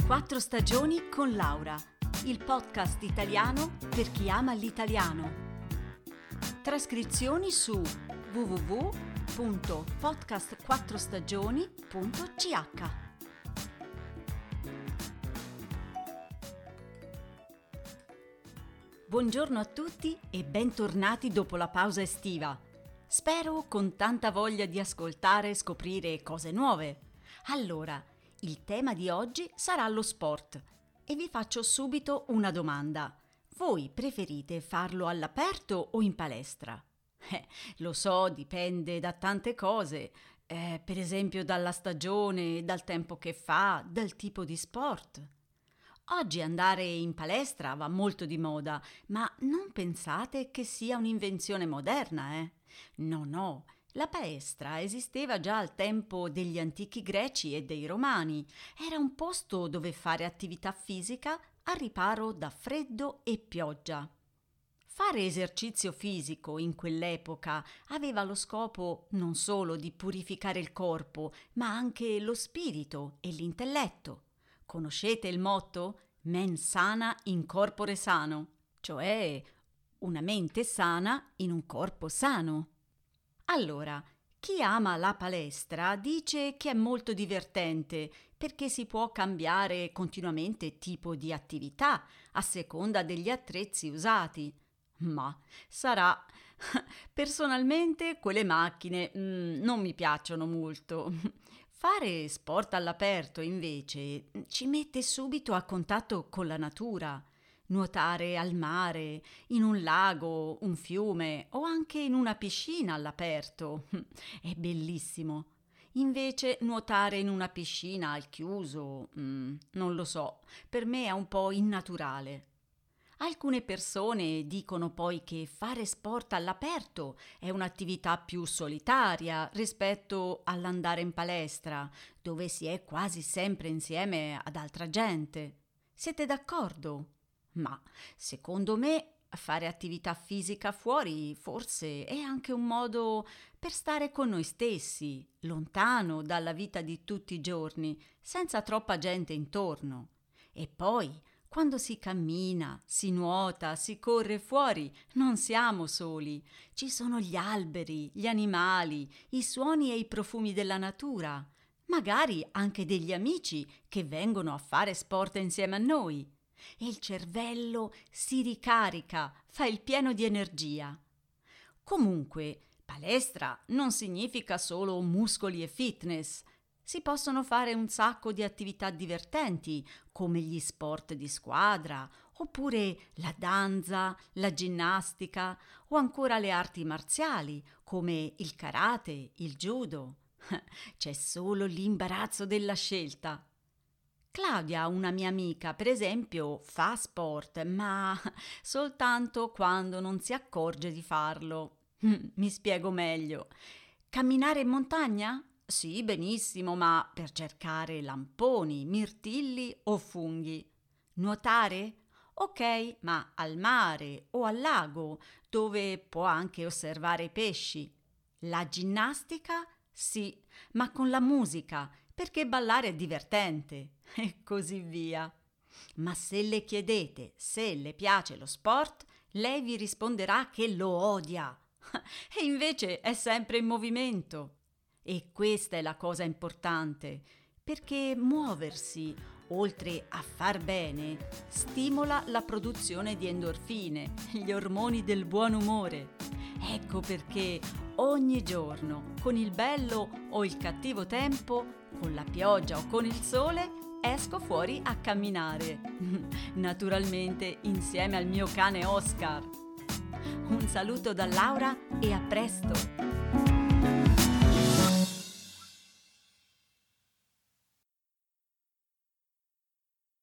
Quattro stagioni con Laura, il podcast italiano per chi ama l'italiano. Trascrizioni su www.podcastquattrostagioni.ch. Buongiorno a tutti e bentornati dopo la pausa estiva. Spero con tanta voglia di ascoltare e scoprire cose nuove. Allora, il tema di oggi sarà lo sport e vi faccio subito una domanda. Voi preferite farlo all'aperto o in palestra? Lo so, dipende da tante cose, per esempio dalla stagione, dal tempo che fa, dal tipo di sport. Oggi andare in palestra va molto di moda, ma non pensate che sia un'invenzione moderna, eh? No, la palestra esisteva già al tempo degli antichi greci e dei romani. Era un posto dove fare attività fisica a riparo da freddo e pioggia. Fare esercizio fisico in quell'epoca aveva lo scopo non solo di purificare il corpo, ma anche lo spirito e l'intelletto. Conoscete il motto? Mens sana in corpore sano, cioè una mente sana in un corpo sano. Allora, chi ama la palestra dice che è molto divertente perché si può cambiare continuamente tipo di attività a seconda degli attrezzi usati. Ma sarà. Personalmente quelle macchine non mi piacciono molto. Fare sport all'aperto, invece, ci mette subito a contatto con la natura. Nuotare al mare, in un lago, un fiume o anche in una piscina all'aperto. È bellissimo. Invece nuotare in una piscina al chiuso, non lo so, per me è un po' innaturale. Alcune persone dicono poi che fare sport all'aperto è un'attività più solitaria rispetto all'andare in palestra, dove si è quasi sempre insieme ad altra gente. Siete d'accordo? Ma secondo me fare attività fisica fuori forse è anche un modo per stare con noi stessi, lontano dalla vita di tutti i giorni, senza troppa gente intorno. E poi quando si cammina, si nuota, si corre fuori, non siamo soli. Ci sono gli alberi, gli animali, i suoni e i profumi della natura, magari anche degli amici che vengono a fare sport insieme a noi. E il cervello si ricarica, fa il pieno di energia. Comunque, palestra non significa solo muscoli e fitness. Si possono fare un sacco di attività divertenti, come gli sport di squadra, oppure la danza, la ginnastica o ancora le arti marziali, come il karate, il judo. C'è solo l'imbarazzo della scelta. Claudia, una mia amica, per esempio, fa sport, ma soltanto quando non si accorge di farlo. Mi spiego meglio. Camminare in montagna? Sì, benissimo, ma per cercare lamponi, mirtilli o funghi. Nuotare? Ok, ma al mare o al lago, dove può anche osservare i pesci. La ginnastica? Sì, ma con la musica, perché ballare è divertente, e così via. Ma se le chiedete se le piace lo sport, lei vi risponderà che lo odia. E invece è sempre in movimento. E questa è la cosa importante, perché muoversi, oltre a far bene, stimola la produzione di endorfine, gli ormoni del buon umore. Ecco perché ogni giorno, con il bello o il cattivo tempo, con la pioggia o con il sole, esco fuori a camminare. Naturalmente insieme al mio cane Oscar. Un saluto da Laura e a presto!